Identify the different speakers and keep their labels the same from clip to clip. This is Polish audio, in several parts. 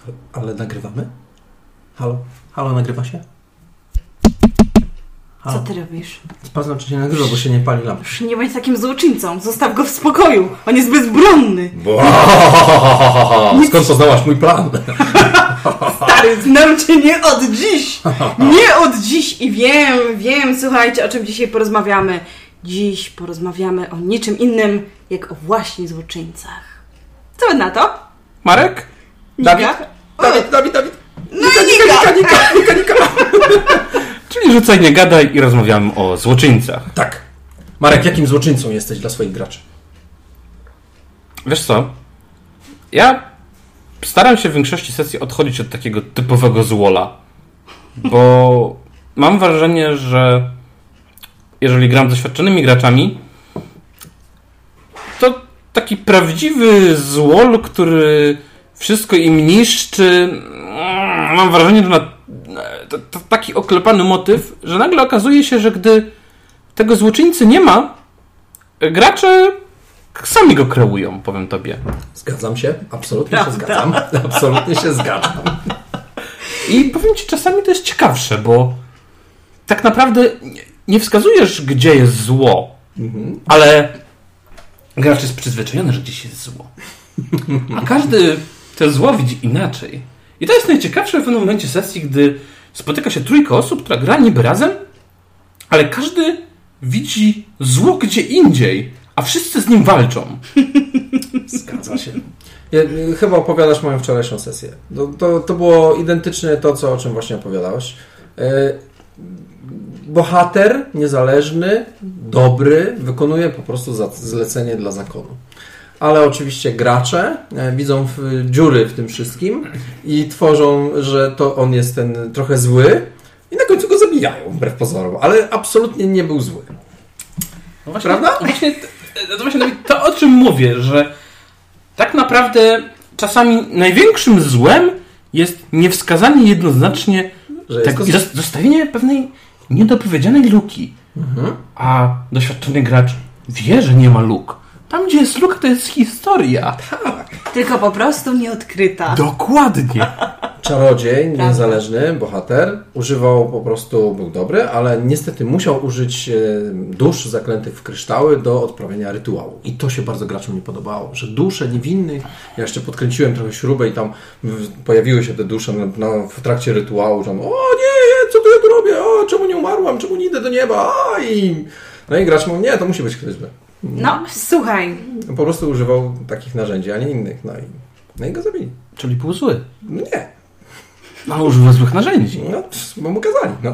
Speaker 1: Ale nagrywamy? Halo? Halo, nagrywa się? Halo?
Speaker 2: Co ty robisz?
Speaker 1: Sprawdzam, czy się nagrywa, bo się nie pali lampa.
Speaker 2: Już nie bądź takim złoczyńcą. Zostaw go w spokoju. On jest bezbronny.
Speaker 1: Skąd poznałaś mój plan?
Speaker 2: Stary, znam cię nie od dziś. Nie od dziś. I wiem, słuchajcie, o czym dzisiaj porozmawiamy. Dziś porozmawiamy o niczym innym, jak o właśnie złoczyńcach. Co wy na to?
Speaker 1: Marek? Dawid? Dawid.
Speaker 2: No i Nika.
Speaker 3: Czyli rzucaj, nie gadaj i rozmawiamy o złoczyńcach.
Speaker 1: Tak. Marek, jakim złoczyńcą jesteś dla swoich graczy?
Speaker 3: Wiesz co? Ja staram się w większości sesji odchodzić od takiego typowego złola. Bo mam wrażenie, że jeżeli gram z doświadczonymi graczami, to taki prawdziwy złol, który wszystko im niszczy, mam wrażenie, że to taki oklepany motyw, że nagle okazuje się, że gdy tego złoczyńcy nie ma, gracze sami go kreują, powiem tobie.
Speaker 1: Zgadzam się. Absolutnie się zgadzam. Absolutnie się zgadzam.
Speaker 3: I powiem ci, czasami to jest ciekawsze, bo tak naprawdę nie wskazujesz, gdzie jest zło, ale gracz jest przyzwyczajony, że gdzieś jest zło. A każdy to zło widzi inaczej. I to jest najciekawsze w pewnym momencie sesji, gdy spotyka się trójka osób, która gra niby razem, ale każdy widzi zło gdzie indziej, a wszyscy z nim walczą.
Speaker 1: Zgadza się. Chyba opowiadasz moją wczorajszą sesję. To było identyczne to, o czym właśnie opowiadałeś. Bohater niezależny, dobry, wykonuje po prostu zlecenie dla zakonu. Ale oczywiście gracze widzą dziury w tym wszystkim i tworzą, że to on jest ten trochę zły i na końcu go zabijają, wbrew pozorom. Ale absolutnie nie był zły.
Speaker 3: No właśnie,
Speaker 1: prawda?
Speaker 3: Właśnie to, o czym mówię, że tak naprawdę czasami największym złem jest niewskazanie jednoznacznie tego i zostawienie pewnej niedopowiedzianej luki. A doświadczony gracz wie, że nie ma luk. Tam, gdzie jest luka, to jest historia.
Speaker 1: Tak.
Speaker 2: Tylko po prostu nieodkryta.
Speaker 3: Dokładnie.
Speaker 1: Czarodziej, niezależny bohater, używał po prostu, był dobry, ale niestety musiał użyć dusz zaklętych w kryształy do odprawienia rytuału. I to się bardzo graczom nie podobało, że dusze niewinnych, ja jeszcze podkręciłem trochę śrubę i tam pojawiły się te dusze w trakcie rytuału, że o nie, co tu ja tu robię, o, czemu nie umarłam, czemu nie idę do nieba, No i gracz mówił, nie, to musi być ktoś zły.
Speaker 2: No, słuchaj.
Speaker 1: Po prostu używał takich narzędzi, a nie innych, no i go zabili.
Speaker 3: Czyli był zły.
Speaker 1: Nie.
Speaker 3: No, używa złych narzędzi.
Speaker 1: No, bo mu kazali, no.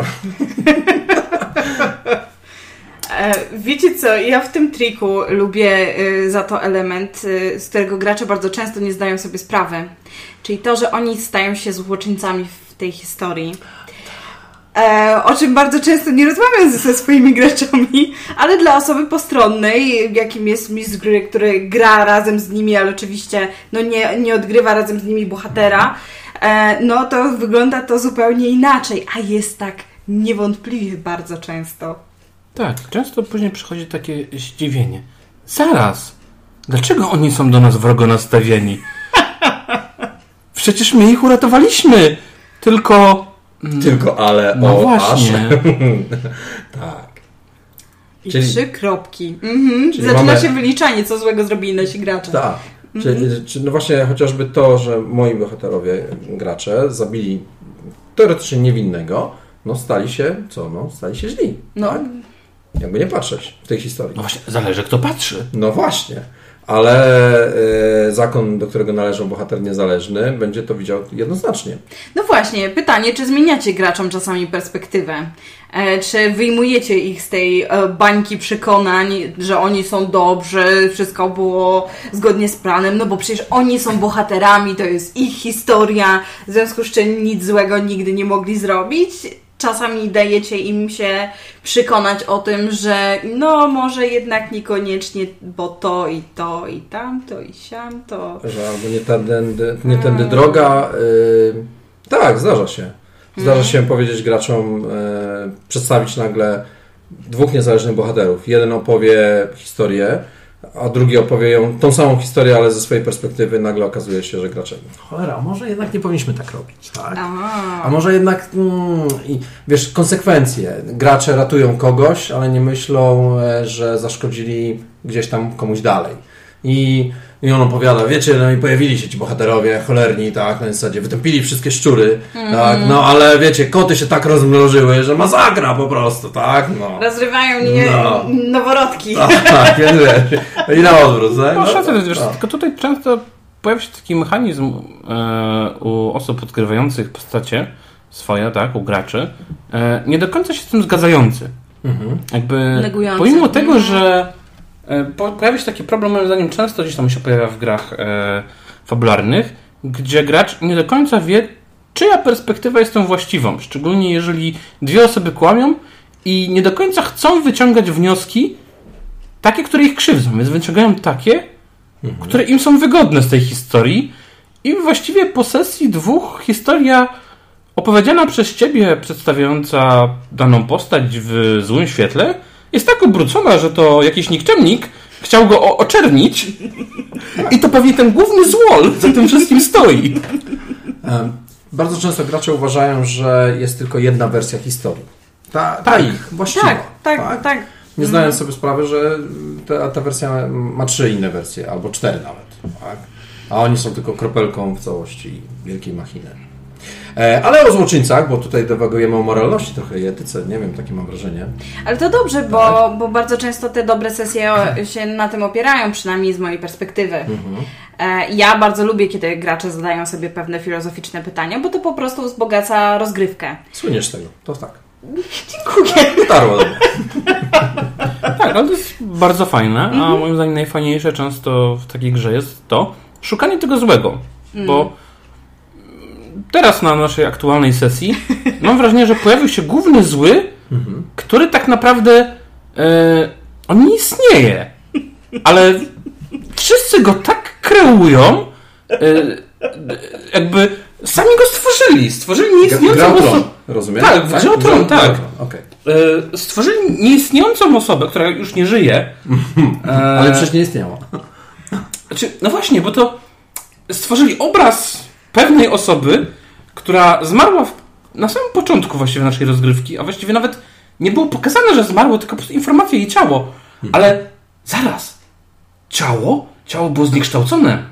Speaker 2: Wiecie co, ja w tym triku lubię za to element, z którego gracze bardzo często nie zdają sobie sprawy. Czyli to, że oni stają się złoczyńcami w tej historii. O czym bardzo często nie rozmawiam ze swoimi graczami, ale dla osoby postronnej, jakim jest mistrz gry, który gra razem z nimi, ale oczywiście nie odgrywa razem z nimi bohatera, no to wygląda to zupełnie inaczej, a jest tak niewątpliwie bardzo często.
Speaker 3: Tak, często później przychodzi takie zdziwienie. Zaraz, dlaczego oni są do nas wrogo nastawieni? Przecież my ich uratowaliśmy, tylko,
Speaker 1: ale
Speaker 3: no właśnie.
Speaker 1: Tak.
Speaker 2: I
Speaker 1: Czyli
Speaker 2: 3 kropki. Zaczyna się wyliczanie, co złego zrobili nasi gracze.
Speaker 1: Tak. Czyli no właśnie chociażby to, że moi bohaterowie, gracze, zabili teoretycznie niewinnego, stali się źli.
Speaker 2: No.
Speaker 1: Tak? Jakby nie patrzeć w tej historii.
Speaker 3: No właśnie, zależy kto patrzy.
Speaker 1: No właśnie. Ale zakon, do którego należą bohater niezależny, będzie to widział jednoznacznie.
Speaker 2: No właśnie, pytanie, czy zmieniacie graczom czasami perspektywę? Czy wyjmujecie ich z tej bańki przekonań, że oni są dobrzy, wszystko było zgodnie z planem, no bo przecież oni są bohaterami, to jest ich historia, w związku z czym nic złego nigdy nie mogli zrobić? Czasami dajecie im się przekonać o tym, że no może jednak niekoniecznie, bo to i to i tamto i siamto.
Speaker 1: Że albo nie tędy droga. Tak, zdarza się. Zdarza się powiedzieć graczom, przedstawić nagle 2 niezależnych bohaterów. Jeden opowie historię, a drugi opowie ją tą samą historię, ale ze swojej perspektywy nagle okazuje się, że gracze, cholera, może jednak nie powinniśmy tak robić, tak? A może jednak, wiesz, konsekwencje. Gracze ratują kogoś, ale nie myślą, że zaszkodzili gdzieś tam komuś dalej. I on opowiada, wiecie, no i pojawili się ci bohaterowie cholerni, tak, na zasadzie wytępili wszystkie szczury, tak, no ale wiecie, koty się tak rozmnożyły, że masakra po prostu, tak, no.
Speaker 2: Rozrywają noworodki.
Speaker 1: Tak, więc wiesz, i na odwrót, tak?
Speaker 3: Tylko tutaj często pojawia się taki mechanizm u osób odgrywających postacie swoje, tak, u graczy, nie do końca się z tym zgadzający. Jakby,
Speaker 2: negujący.
Speaker 3: Pomimo tego, że pojawia się taki problem, moim zdaniem często gdzieś tam się pojawia w grach fabularnych, gdzie gracz nie do końca wie, czyja perspektywa jest tą właściwą. Szczególnie jeżeli dwie osoby kłamią i nie do końca chcą wyciągać wnioski takie, które ich krzywdzą. Więc wyciągają takie, które im są wygodne z tej historii i właściwie po sesji dwóch historia opowiedziana przez ciebie, przedstawiająca daną postać w złym świetle, jest tak obrócona, że to jakiś nikczemnik chciał go oczernić i to pewnie ten główny złol za tym wszystkim stoi.
Speaker 1: Bardzo często gracze uważają, że jest tylko jedna wersja historii. Ta ich właściwa.
Speaker 2: Tak.
Speaker 1: Nie zdając sobie sprawy, że ta wersja ma 3 inne wersje, albo 4 nawet. Tak? A oni są tylko kropelką w całości wielkiej machiny. Ale o złoczyńcach, bo tutaj dywagujemy o moralności trochę i etyce, nie wiem, takie mam wrażenie.
Speaker 2: Ale to dobrze, bo bardzo często te dobre sesje się na tym opierają, przynajmniej z mojej perspektywy. Ja bardzo lubię, kiedy gracze zadają sobie pewne filozoficzne pytania, bo to po prostu wzbogaca rozgrywkę.
Speaker 1: Słyniesz z tego, to tak.
Speaker 2: Dziękuję.
Speaker 1: Dotarło do mnie.
Speaker 3: Tak, ale to jest bardzo fajne, a moim zdaniem najfajniejsze często w takiej grze jest to szukanie tego złego, bo teraz na naszej aktualnej sesji mam wrażenie, że pojawił się główny zły, który tak naprawdę on nie istnieje, ale wszyscy go tak kreują, jakby sami go stworzyli nieistniejącą osobę.
Speaker 1: Rozumiem?
Speaker 3: Tak, w Grze o Tron, tak.
Speaker 1: Okay.
Speaker 3: Stworzyli nieistniejącą osobę, która już nie żyje.
Speaker 1: Ale przecież nie istniała.
Speaker 3: Znaczy, no właśnie, bo to stworzyli obraz pewnej osoby, która zmarła na samym początku właściwie naszej rozgrywki, a właściwie nawet nie było pokazane, że zmarło, tylko po prostu informacja jej ciało. Ale zaraz. Ciało było zniekształcone.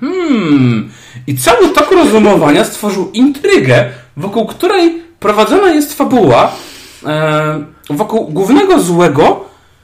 Speaker 3: I cały tok rozumowania stworzył intrygę, wokół której prowadzona jest fabuła, wokół głównego złego,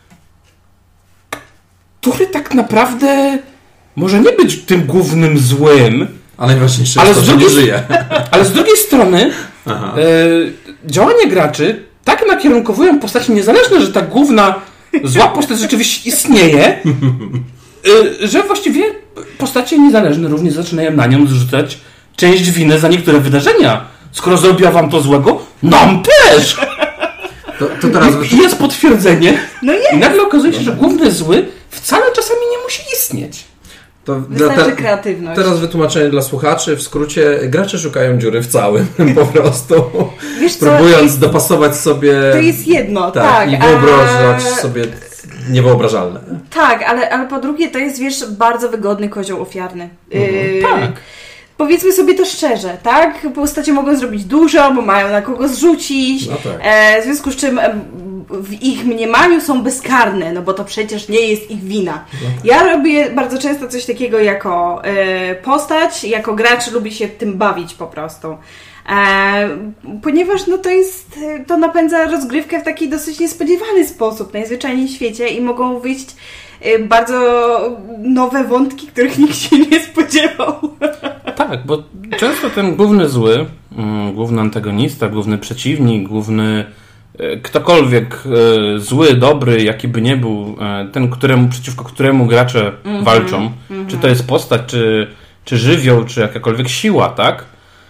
Speaker 3: który tak naprawdę może nie być tym głównym złym,
Speaker 1: ale najważniejsze jest to, że nie żyje.
Speaker 3: Ale z drugiej strony działania graczy tak nakierunkowują postaci niezależne, że ta główna zła postać rzeczywiście istnieje, że właściwie postacie niezależne również zaczynają na nią zrzucać część winy za niektóre wydarzenia. Skoro zrobiła wam to złego, nam też!
Speaker 1: To teraz
Speaker 3: I jest potwierdzenie. No jest. I nagle okazuje się, że główny zły wcale czasami nie musi istnieć.
Speaker 1: To
Speaker 2: wystarczy kreatywność.
Speaker 1: Teraz wytłumaczenie dla słuchaczy. W skrócie, gracze szukają dziury w całym po prostu. Wiesz co, próbując dopasować sobie...
Speaker 2: To jest jedno, tak.
Speaker 1: I wyobrażać sobie niewyobrażalne.
Speaker 2: Tak, ale po drugie to jest, wiesz, bardzo wygodny kozioł ofiarny.
Speaker 3: Tak.
Speaker 2: Powiedzmy sobie to szczerze, tak? Postacie mogą zrobić dużo, bo mają na kogo zrzucić.
Speaker 1: No tak.
Speaker 2: W związku z czym w ich mniemaniu są bezkarne, no bo to przecież nie jest ich wina. No tak. Ja robię bardzo często coś takiego jako postać, jako gracz lubię się tym bawić po prostu. Ponieważ no to napędza rozgrywkę w taki dosyć niespodziewany sposób, najzwyczajniej w świecie i mogą wyjść bardzo nowe wątki, których nikt się nie spodziewał.
Speaker 3: Tak, bo często ten główny zły, główny antagonista, główny przeciwnik, główny ktokolwiek zły, dobry, jaki by nie był, ten, przeciwko któremu gracze walczą, czy to jest postać, czy żywioł, czy jakakolwiek siła, tak?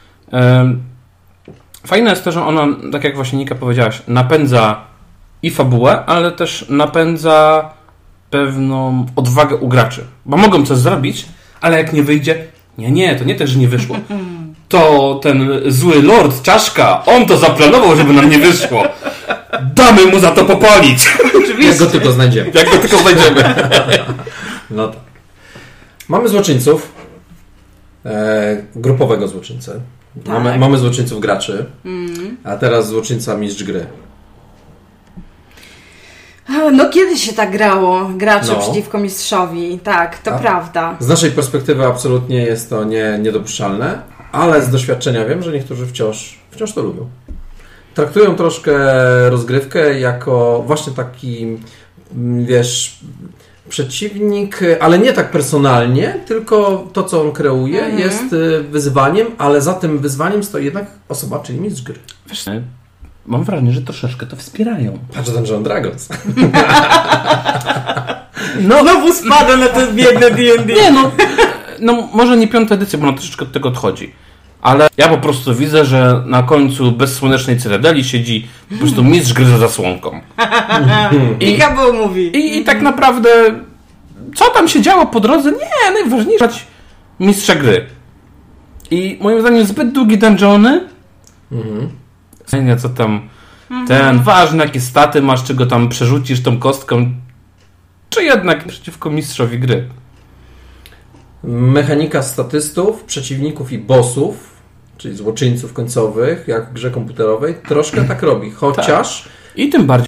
Speaker 3: Fajne jest to, że ona, tak jak właśnie Nika powiedziałaś, napędza i fabułę, ale też napędza pewną odwagę u graczy. Bo mogą coś zrobić, ale jak nie wyjdzie, nie, to nie też, że nie wyszło. To ten zły lord, czaszka, on to zaplanował, żeby nam nie wyszło. Damy mu za to popalić.
Speaker 1: Jak go tylko znajdziemy. No tak. Mamy złoczyńców. Grupowego złoczyńcę.
Speaker 2: Tak.
Speaker 1: Mamy złoczyńców graczy. A teraz złoczyńca mistrz gry.
Speaker 2: No kiedyś się tak grało, gracze przeciwko mistrzowi, tak, to prawda.
Speaker 1: Z naszej perspektywy absolutnie jest to niedopuszczalne, ale z doświadczenia wiem, że niektórzy wciąż to lubią. Traktują troszkę rozgrywkę jako właśnie taki, wiesz, przeciwnik, ale nie tak personalnie, tylko to, co on kreuje, jest wyzwaniem, ale za tym wyzwaniem stoi jednak osoba, czyli mistrz gry.
Speaker 3: Wiesz, mam wrażenie, że troszeczkę to wspierają.
Speaker 1: Patrz, Dungeons & Dragons.
Speaker 2: Znowu spada na to biedne D&D.
Speaker 3: Nie, no może nie 5. edycja, bo ona troszeczkę od tego odchodzi. Ale ja po prostu widzę, że na końcu bezsłonecznej Cytadeli siedzi po prostu mistrz gry za zasłonką.
Speaker 2: I Gabo mówi.
Speaker 3: I tak naprawdę co tam się działo po drodze? Nie, najważniejsze mistrza gry. I moim zdaniem zbyt długie dungeony. Co tam ten ważny, jakie staty masz, czego tam przerzucisz tą kostką, czy jednak przeciwko mistrzowi gry.
Speaker 1: Mechanika statystów, przeciwników i bossów, czyli złoczyńców końcowych, jak w grze komputerowej, troszkę tak robi. Chociaż...
Speaker 3: Tak. I tym bardziej,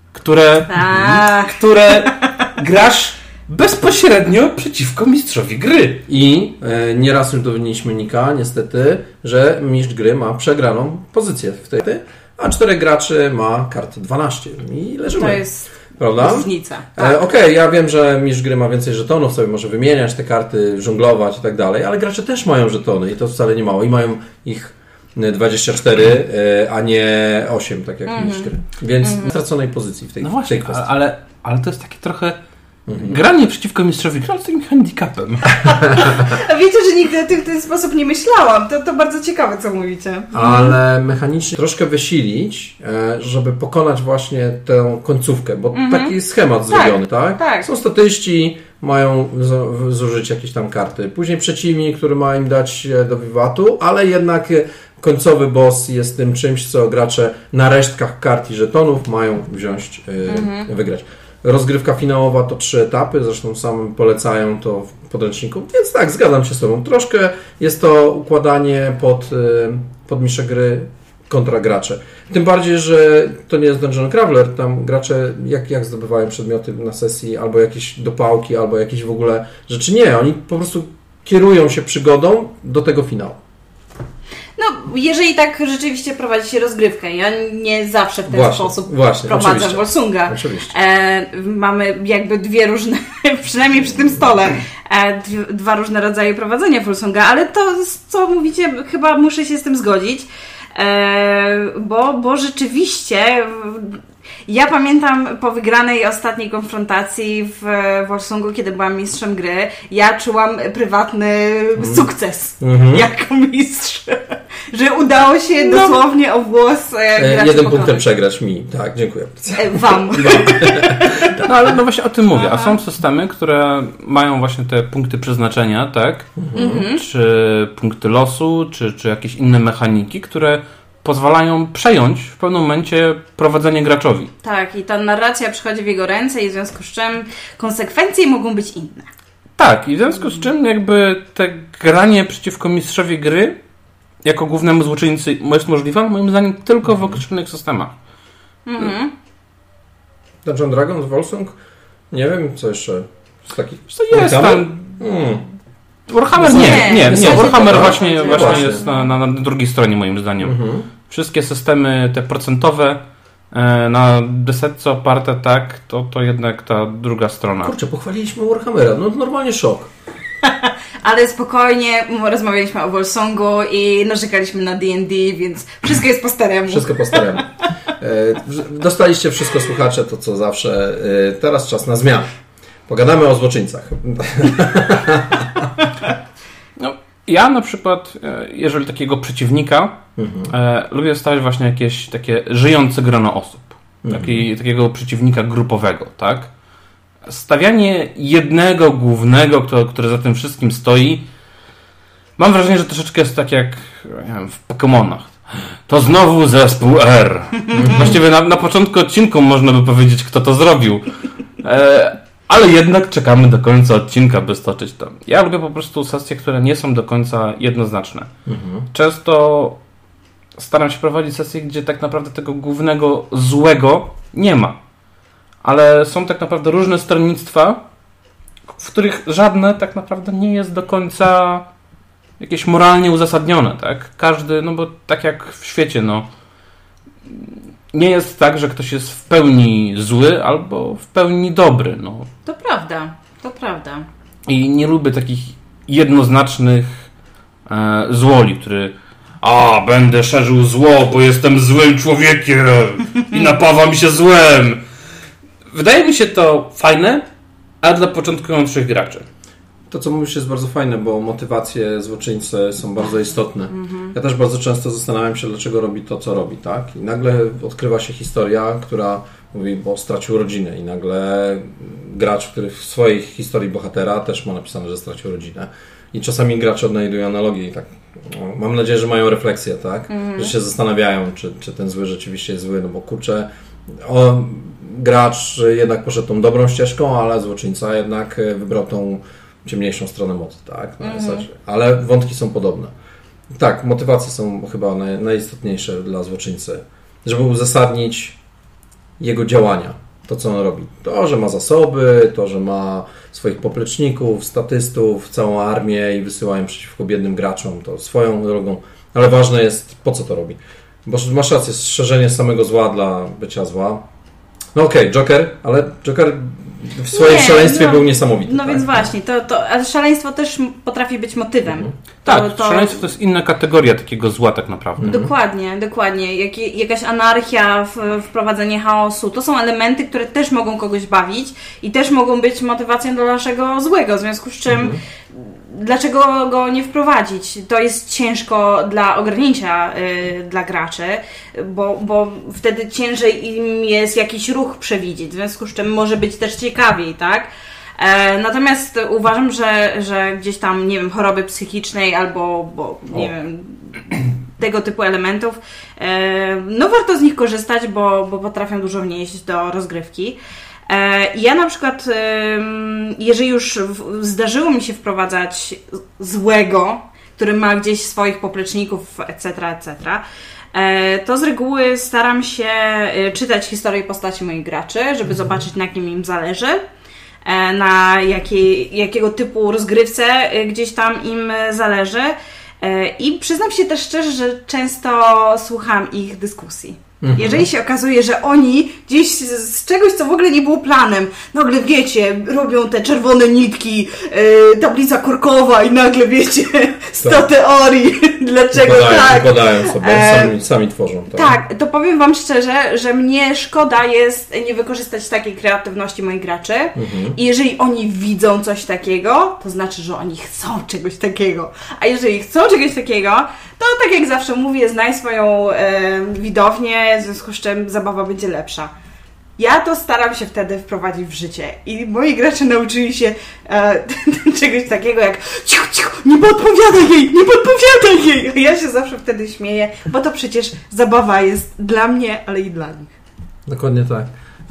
Speaker 3: które grasz bezpośrednio przeciwko mistrzowi gry.
Speaker 1: I nieraz już dowiedzieliśmy Nika, niestety, że mistrz gry ma przegraną pozycję w tej, a 4 graczy ma kartę 12 i leżymy.
Speaker 2: To jest
Speaker 1: prawda?
Speaker 2: Różnica. Tak.
Speaker 1: Okej, ja wiem, że mistrz gry ma więcej żetonów, sobie może wymieniać te karty, żonglować i tak dalej, ale gracze też mają żetony i to wcale nie mało. I mają ich 24, a nie 8, tak jak mistrz gry. Więc straconej pozycji w tej,
Speaker 3: no właśnie,
Speaker 1: w tej kwestii.
Speaker 3: Ale to jest takie trochę granie przeciwko mistrzowi gry, ale z takim handicapem.
Speaker 2: A wiecie, że nigdy o tym w ten sposób nie myślałam. To bardzo ciekawe, co mówicie.
Speaker 1: Ale mechanicznie troszkę wysilić, żeby pokonać właśnie tę końcówkę, bo taki schemat zrobiony, tak?
Speaker 2: Tak.
Speaker 1: Są statyści, mają zużyć jakieś tam karty. Później przeciwnik, który ma im dać do wiwatu, ale jednak końcowy boss jest tym czymś, co gracze na resztkach kart i żetonów mają wziąć, wygrać. Rozgrywka finałowa to 3 etapy, zresztą sam polecają to w podręczniku, więc tak, zgadzam się z Tobą. Troszkę jest to układanie pod mistrza gry kontra gracze. Tym bardziej, że to nie jest Dungeon Crawler, tam gracze jak zdobywają przedmioty na sesji, albo jakieś dopałki, albo jakieś w ogóle rzeczy. Nie, oni po prostu kierują się przygodą do tego finału.
Speaker 2: No, jeżeli tak rzeczywiście prowadzi się rozgrywkę, ja nie zawsze w ten sposób prowadzę Volsunga.
Speaker 1: Oczywiście.
Speaker 2: Mamy jakby 2 różne, przynajmniej przy tym stole, 2 różne rodzaje prowadzenia Volsunga, ale to, co mówicie, chyba muszę się z tym zgodzić, bo rzeczywiście... Ja pamiętam po wygranej ostatniej konfrontacji w Volsungu, kiedy byłam mistrzem gry, ja czułam prywatny sukces jako mistrz. Że udało się dosłownie o włos graczy
Speaker 1: 1 punktem przegrać mi. Tak, dziękuję.
Speaker 2: Wam.
Speaker 3: No ale no właśnie o tym mówię. A są systemy, które mają właśnie te punkty przeznaczenia, tak? Czy punkty losu, czy jakieś inne mechaniki, które pozwalają przejąć w pewnym momencie prowadzenie graczowi.
Speaker 2: Tak, i ta narracja przychodzi w jego ręce i w związku z czym konsekwencje mogą być inne.
Speaker 3: Tak, i w związku z czym jakby te granie przeciwko mistrzowi gry jako głównemu złoczyńcy jest możliwe, moim zdaniem tylko w określonych systemach.
Speaker 1: Dungeon Dragons, Volsung? Nie wiem, co jeszcze z takich...
Speaker 3: Co jest tam? Warhammer nie. Warhammer właśnie jest na drugiej stronie moim zdaniem. Wszystkie systemy te procentowe na desetce oparte, tak, to jednak ta druga strona.
Speaker 1: Kurczę, pochwaliliśmy Warhammera. No normalnie szok.
Speaker 2: Ale spokojnie, rozmawialiśmy o Volsungu i narzekaliśmy na D&D, więc wszystko jest po staremu.
Speaker 1: Wszystko po staremu. Dostaliście wszystko, słuchacze, to co zawsze. Teraz czas na zmianę. Pogadamy o złoczyńcach.
Speaker 3: No, ja na przykład, jeżeli takiego przeciwnika, lubię stawiać właśnie jakieś takie żyjące grono osób. Takiego przeciwnika grupowego, tak? Stawianie jednego głównego, który za tym wszystkim stoi, mam wrażenie, że troszeczkę jest tak jak nie wiem, w Pokémonach. To znowu zespół R. Właściwie na początku odcinku można by powiedzieć, kto to zrobił. Ale jednak czekamy do końca odcinka, by stoczyć to. Ja lubię po prostu sesje, które nie są do końca jednoznaczne. Często staram się prowadzić sesje, gdzie tak naprawdę tego głównego złego nie ma. Ale są tak naprawdę różne stronnictwa, w których żadne tak naprawdę nie jest do końca jakieś moralnie uzasadnione, tak? Każdy, no bo tak jak w świecie, no nie jest tak, że ktoś jest w pełni zły albo w pełni dobry, no.
Speaker 2: To prawda, to prawda.
Speaker 3: I nie lubię takich jednoznacznych złoli, który będę szerzył zło, bo jestem złym człowiekiem i napawam się złem. Wydaje mi się to fajne, ale dla początkujących graczy.
Speaker 1: To, co mówisz, jest bardzo fajne, bo motywacje złoczyńcy są bardzo istotne. Ja też bardzo często zastanawiam się, dlaczego robi to, co robi, tak? I nagle odkrywa się historia, która mówi, bo stracił rodzinę. I nagle gracz, który w swojej historii bohatera też ma napisane, że stracił rodzinę. I czasami gracze odnajdują analogię i tak, mam nadzieję, że mają refleksję, tak? Że się zastanawiają, czy ten zły rzeczywiście jest zły, no bo kurczę, gracz jednak poszedł tą dobrą ścieżką, ale złoczyńca jednak wybrał tą ciemniejszą stronę mocy, tak? Na zasadzie. Ale wątki są podobne. Tak, motywacje są chyba najistotniejsze dla złoczyńcy, żeby uzasadnić jego działania, to co on robi. To, że ma zasoby, to, że ma swoich popleczników, statystów, całą armię i wysyłają przeciwko biednym graczom, to swoją drogą, ale ważne jest, po co to robi. Bo masz rację, szerzenie samego zła dla bycia zła. No okej, Joker, ale Joker w swoim szaleństwie był niesamowity.
Speaker 2: No tak? Więc właśnie, ale szaleństwo też potrafi być motywem.
Speaker 3: Szaleństwo to jest inna kategoria takiego zła tak naprawdę.
Speaker 2: Dokładnie. Jakaś anarchia, wprowadzenie chaosu, to są elementy, które też mogą kogoś bawić i też mogą być motywacją do naszego złego, w związku z czym dlaczego go nie wprowadzić? To jest ciężko dla ogarnięcia dla graczy, bo wtedy ciężej im jest jakiś ruch przewidzieć, w związku z czym może być też ciekawiej, tak? Natomiast uważam, że gdzieś tam, nie wiem, choroby psychicznej albo nie wiem, tego typu elementów, no warto z nich korzystać, bo potrafią dużo wnieść do rozgrywki. Ja na przykład, jeżeli już zdarzyło mi się wprowadzać złego, który ma gdzieś swoich popleczników, etc., to z reguły staram się czytać historię postaci moich graczy, żeby zobaczyć, na kim im zależy, na jakiego typu rozgrywce gdzieś tam im zależy. I przyznam się też szczerze, że często słucham ich dyskusji. Jeżeli się okazuje, że oni gdzieś z czegoś, co w ogóle nie było planem, nagle wiecie, robią te czerwone nitki, tablica korkowa i nagle wiecie, 100 teorii, dlaczego tak.
Speaker 1: Wykładają sobie, sami tworzą.
Speaker 2: Tak, to powiem Wam szczerze, że mnie szkoda jest nie wykorzystać takiej kreatywności moich graczy i jeżeli oni widzą coś takiego, to znaczy, że oni chcą czegoś takiego. A jeżeli chcą czegoś takiego, to tak jak zawsze mówię, znaj swoją widownię, w związku z czym zabawa będzie lepsza. Ja to staram się wtedy wprowadzić w życie i moi gracze nauczyli się czegoś takiego jak nie podpowiadaj jej! Ja się zawsze wtedy śmieję, bo to przecież zabawa jest dla mnie, ale i dla nich.
Speaker 1: Dokładnie tak.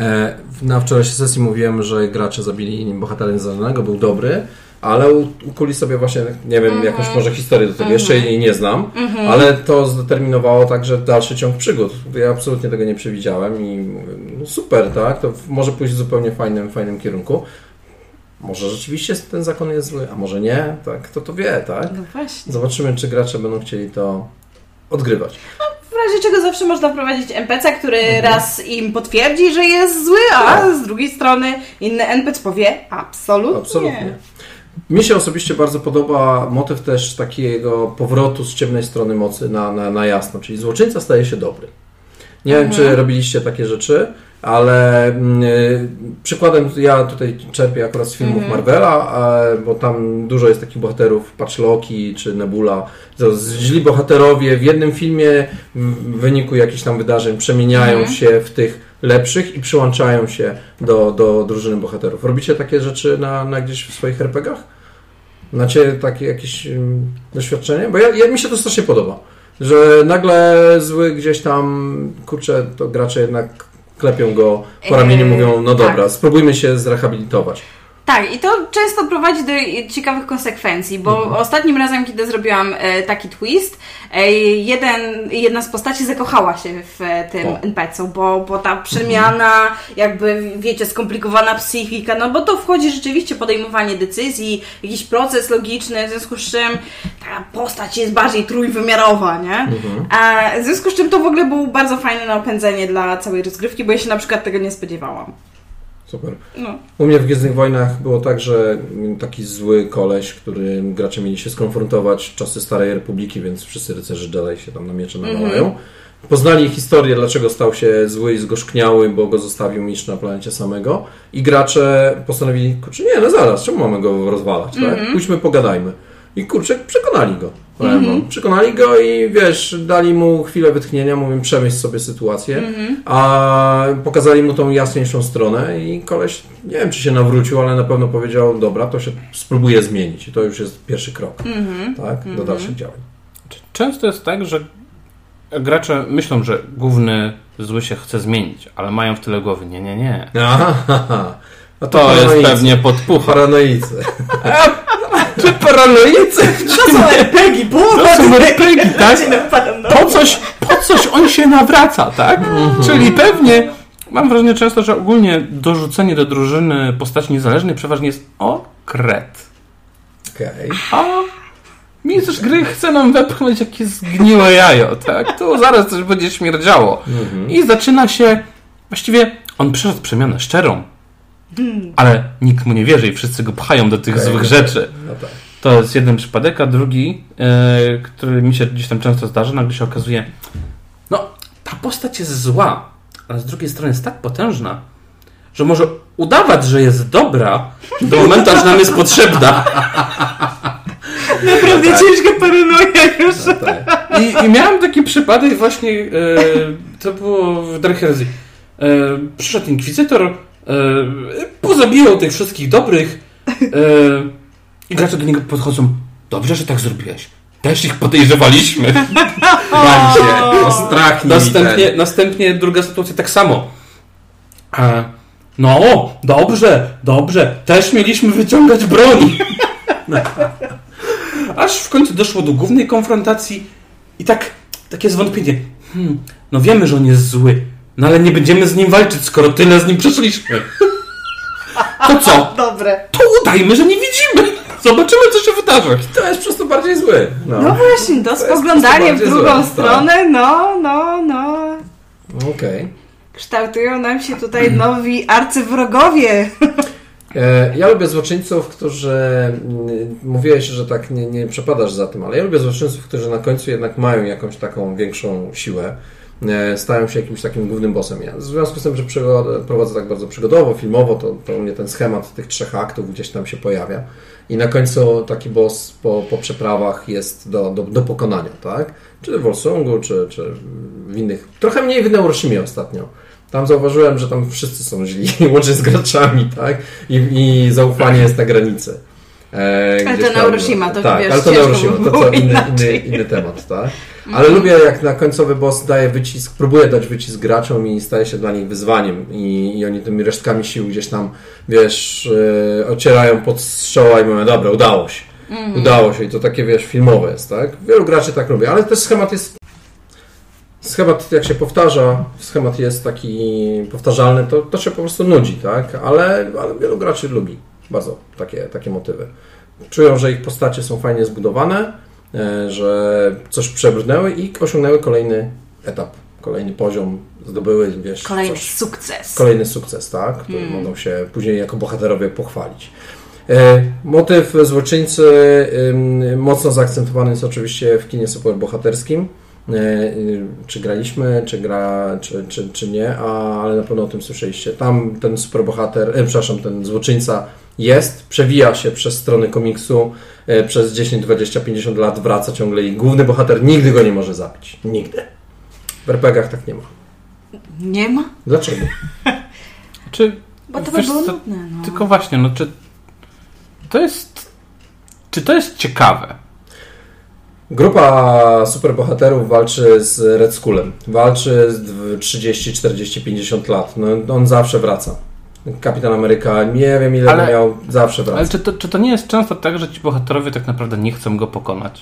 Speaker 1: Na wczorajszej sesji mówiłem, że gracze zabili bohatera niezależnego, był dobry, ale ukuli sobie właśnie, nie wiem, jakąś może historię do tego, jeszcze jej nie znam, ale to zdeterminowało także dalszy ciąg przygód. Ja absolutnie tego nie przewidziałem i mówię, no super, tak, to może pójść w zupełnie fajnym kierunku. Może rzeczywiście ten zakon jest zły, a może nie, tak, kto to wie, tak?
Speaker 2: No właśnie.
Speaker 1: Zobaczymy, czy gracze będą chcieli to odgrywać.
Speaker 2: W razie czego zawsze można wprowadzić NPC, który raz im potwierdzi, że jest zły, a z drugiej strony inny NPC powie absolutnie.
Speaker 1: Mi się osobiście bardzo podoba motyw też takiego powrotu z ciemnej strony mocy na jasno, czyli złoczyńca staje się dobry. Nie wiem, czy robiliście takie rzeczy, ale przykładem ja tutaj czerpię akurat z filmów Marvela, bo tam dużo jest takich bohaterów, patrz Loki czy Nebula. Źli bohaterowie w jednym filmie w wyniku jakichś tam wydarzeń przemieniają się w tych lepszych i przyłączają się do drużyny bohaterów. Robicie takie rzeczy na gdzieś w swoich RPGach? Macie takie jakieś doświadczenie? Bo mi się to strasznie podoba, że nagle zły gdzieś tam, kurczę, to gracze jednak klepią go po ramieniu, mówią, no dobra, spróbujmy się zrehabilitować.
Speaker 2: Tak, i to często prowadzi do ciekawych konsekwencji, bo ostatnim razem, kiedy zrobiłam taki twist, jedna z postaci zakochała się w tym NPC-u, bo ta przemiana, jakby, wiecie, skomplikowana psychika, no bo to wchodzi rzeczywiście podejmowanie decyzji, jakiś proces logiczny, w związku z czym ta postać jest bardziej trójwymiarowa, nie? A w związku z czym to w ogóle było bardzo fajne napędzenie dla całej rozgrywki, bo ja się na przykład tego nie spodziewałam.
Speaker 1: Super. No. U mnie w Gwiezdnych Wojnach było tak, że taki zły koleś, który gracze mieli się skonfrontować, czasy Starej Republiki, więc wszyscy rycerze Jedi się tam na miecze nawalają. Poznali historię, dlaczego stał się zły i zgorzkniały, bo go zostawił mistrz na planecie samego i gracze postanowili, kurczę, nie, no zaraz, czemu mamy go rozwalać, tak? Pójdźmy, pogadajmy. I kurczę, przekonali go. Przekonali go i wiesz, dali mu chwilę wytchnienia, mówię, przemyśl sobie sytuację, a pokazali mu tą jasniejszą stronę i koleś, nie wiem czy się nawrócił, ale na pewno powiedział, dobra, to się spróbuję zmienić i to już jest pierwszy krok tak, do dalszych działań.
Speaker 3: Często jest tak, że gracze myślą, że główny zły się chce zmienić, ale mają w tyle głowy, nie.
Speaker 1: Aha. No
Speaker 3: to jest pewnie podpucha.
Speaker 1: Paranoicy.
Speaker 3: Czy paranoicy?
Speaker 2: To są RPG,
Speaker 3: To są RPG, tak? Po coś on się nawraca, tak? Czyli pewnie, mam wrażenie często, że ogólnie dorzucenie do drużyny postaci niezależnej przeważnie jest kret.
Speaker 1: Okej.
Speaker 3: A mistrz gry chce nam wepchnąć jakieś zgniłe jajo, tak? Tu zaraz coś będzie śmierdziało. I zaczyna się, właściwie on przeszedł przemianę szczerą, ale nikt mu nie wierzy i wszyscy go pchają do tych złych rzeczy.
Speaker 1: No tak.
Speaker 3: To jest jeden przypadek, a drugi, który mi się gdzieś tam często zdarza, nagle się okazuje, no ta postać jest zła, ale z drugiej strony jest tak potężna, że może udawać, że jest dobra do momentu, aż nam jest potrzebna.
Speaker 2: Naprawdę ciężka paranoja już.
Speaker 1: No tak.
Speaker 3: I miałem taki przypadek właśnie, to było w Dark Heresy. Przyszedł inkwizytor, pozabijał tych wszystkich dobrych i gracze do niego podchodzą, dobrze, że tak zrobiłeś. Też ich podejrzewaliśmy. Następnie druga sytuacja tak samo. No, dobrze, też mieliśmy wyciągać broń. Aż w końcu doszło do głównej konfrontacji i takie zwątpienie. No wiemy, że on jest zły, no ale nie będziemy z nim walczyć, skoro tyle z nim przeszliśmy. To co?
Speaker 2: Dobre.
Speaker 3: To udajmy, że nie widzimy. Zobaczymy, co się wydarzy.
Speaker 1: To jest po prostu bardziej zły.
Speaker 2: No właśnie, to spoglądanie w drugą stronę, no.
Speaker 1: Okej.
Speaker 2: Kształtują nam się tutaj nowi arcywrogowie.
Speaker 1: Ja lubię złoczyńców, którzy... Mówiłeś, że tak nie przepadasz za tym, ale ja lubię złoczyńców, którzy na końcu jednak mają jakąś taką większą siłę. Stają się jakimś takim głównym bossem. Ja w związku z tym, że prowadzę tak bardzo przygodowo, filmowo, to u mnie ten schemat tych 3 aktów gdzieś tam się pojawia. I na końcu taki boss po przeprawach jest do pokonania, tak? Czy w Volsungu, czy w innych... Trochę mniej w Neuroshimie ostatnio. Tam zauważyłem, że tam wszyscy są źli, łącznie z graczami, tak? I zaufanie jest na granicy.
Speaker 2: Ale to Neuroshima, to
Speaker 1: tak,
Speaker 2: wiesz,
Speaker 1: ale to Neuroshima, to inny temat, tak? Ale lubię, jak na końcowy boss daje wycisk, próbuje dać wycisk graczom i staje się dla nich wyzwaniem i oni tymi resztkami sił gdzieś tam, wiesz, ocierają pod strzoła i mówią, dobra, udało się i to takie, wiesz, filmowe jest, tak? Wielu graczy tak lubi, ale też schemat jak się powtarza, schemat jest taki powtarzalny, to się po prostu nudzi, tak? Ale wielu graczy lubi bardzo takie motywy. Czują, że ich postacie są fajnie zbudowane, że coś przebrnęły i osiągnęły kolejny etap, kolejny poziom, zdobyły, wiesz... Kolejny sukces, tak? Który mogą się później jako bohaterowie pochwalić. Motyw złoczyńcy mocno zaakcentowany jest oczywiście w kinie superbohaterskim. Czy graliśmy, czy nie, ale na pewno o tym słyszeliście. Tam ten superbohater, ten złoczyńca jest, przewija się przez strony komiksu, przez 10, 20, 50 lat wraca ciągle i główny bohater nigdy go nie może zabić. Nigdy. W RPG-ach tak nie ma.
Speaker 2: Nie ma?
Speaker 1: Dlaczego?
Speaker 2: Bo to by było nudne. No.
Speaker 3: Tylko właśnie, czy to jest ciekawe?
Speaker 1: Grupa superbohaterów walczy z Red Skullem. Walczy z 30, 40, 50 lat. No, on zawsze wraca. Kapitan Ameryka, nie wiem ile miał, zawsze wraca.
Speaker 3: Ale czy to nie jest często tak, że ci bohaterowie tak naprawdę nie chcą go pokonać?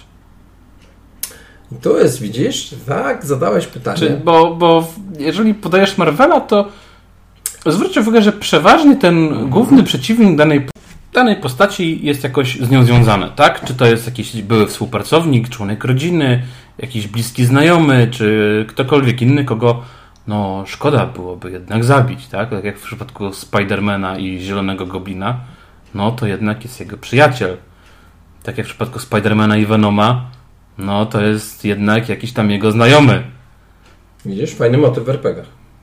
Speaker 1: To jest, widzisz? Tak, zadałeś pytanie.
Speaker 3: Bo jeżeli podajesz Marvela, to zwróćcie uwagę, że przeważnie ten główny przeciwnik danej postaci jest jakoś z nią związany, tak? Czy to jest jakiś były współpracownik, członek rodziny, jakiś bliski znajomy, czy ktokolwiek inny, kogo szkoda byłoby jednak zabić, tak? Tak jak w przypadku Spidermana i Zielonego Goblina, to jednak jest jego przyjaciel. Tak jak w przypadku Spidermana i Venoma, to jest jednak jakiś tam jego znajomy.
Speaker 1: Widzisz? Fajny motyw w RPGach.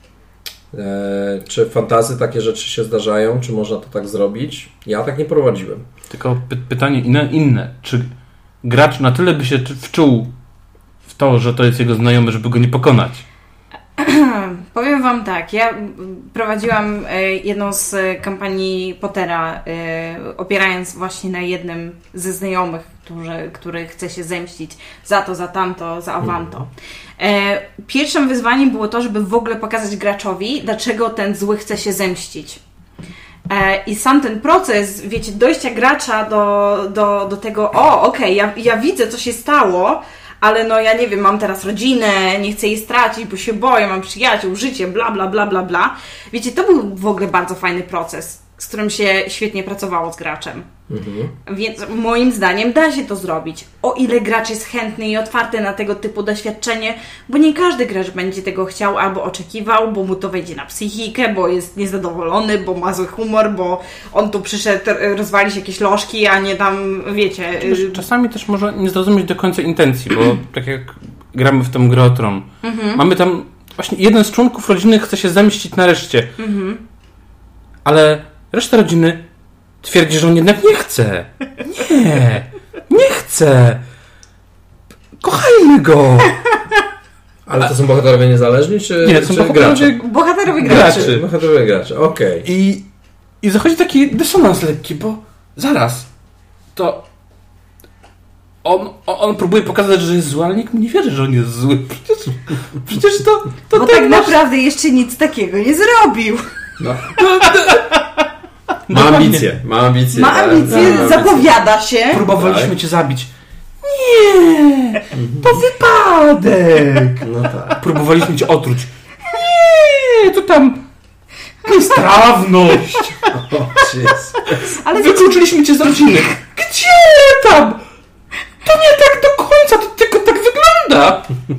Speaker 1: Czy w fantasy takie rzeczy się zdarzają? Czy można to tak zrobić? Ja tak nie prowadziłem.
Speaker 3: Tylko pytanie inne. Czy gracz na tyle by się wczuł w to, że to jest jego znajomy, żeby go nie pokonać?
Speaker 2: Powiem wam tak, ja prowadziłam jedną z kampanii Pottera, opierając właśnie na jednym ze znajomych, który chce się zemścić za to, za tamto, za awamto. Pierwszym wyzwaniem było to, żeby w ogóle pokazać graczowi, dlaczego ten zły chce się zemścić. I sam ten proces, wiecie, dojścia gracza do tego, ja widzę, co się stało, ale ja nie wiem, mam teraz rodzinę, nie chcę jej stracić, bo się boję, mam przyjaciół, życie, bla, bla, bla, bla, bla. Wiecie, to był w ogóle bardzo fajny proces, z którym się świetnie pracowało z graczem. Więc moim zdaniem da się to zrobić, o ile gracz jest chętny i otwarty na tego typu doświadczenie, bo nie każdy gracz będzie tego chciał albo oczekiwał, bo mu to wejdzie na psychikę, bo jest niezadowolony, bo ma zły humor, bo on tu przyszedł rozwalić jakieś lożki, a nie tam, wiecie...
Speaker 3: Czasami też może nie zrozumieć do końca intencji, bo tak jak gramy w tę grę o Tron, mamy tam właśnie jeden z członków rodziny chce się zemścić na reszcie, ale reszta rodziny twierdzi, że on jednak nie chce. Nie chce. Kochajmy go.
Speaker 1: Ale to są bohaterowie niezależni, czy
Speaker 3: nie, są
Speaker 1: gracze?
Speaker 2: Bohaterowie graczy.
Speaker 1: Bohaterowie gracze, okej.
Speaker 3: I zachodzi taki dysonans lekki, bo zaraz, to on próbuje pokazać, że jest zły, ale nikt mu nie wierzy, że on jest zły. Przecież to
Speaker 2: bo tak naprawdę jeszcze nic takiego nie zrobił.
Speaker 1: Ma ambicje.
Speaker 2: Zapowiada się.
Speaker 3: Próbowaliśmy cię zabić. Nie! To wypadek!
Speaker 1: No tak.
Speaker 3: Próbowaliśmy cię otruć. Nie! To tam bezstrawność.
Speaker 2: Ale
Speaker 3: wykluczyliśmy cię z rodziny. Gdzie tam? To nie tak do końca, to tylko tak wygląda.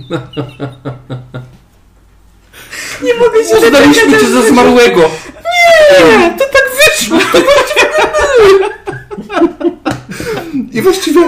Speaker 2: Nie mogę się
Speaker 3: Zadaliśmy cię za zmarłego. Nie! To tak wyszło. To I właściwie...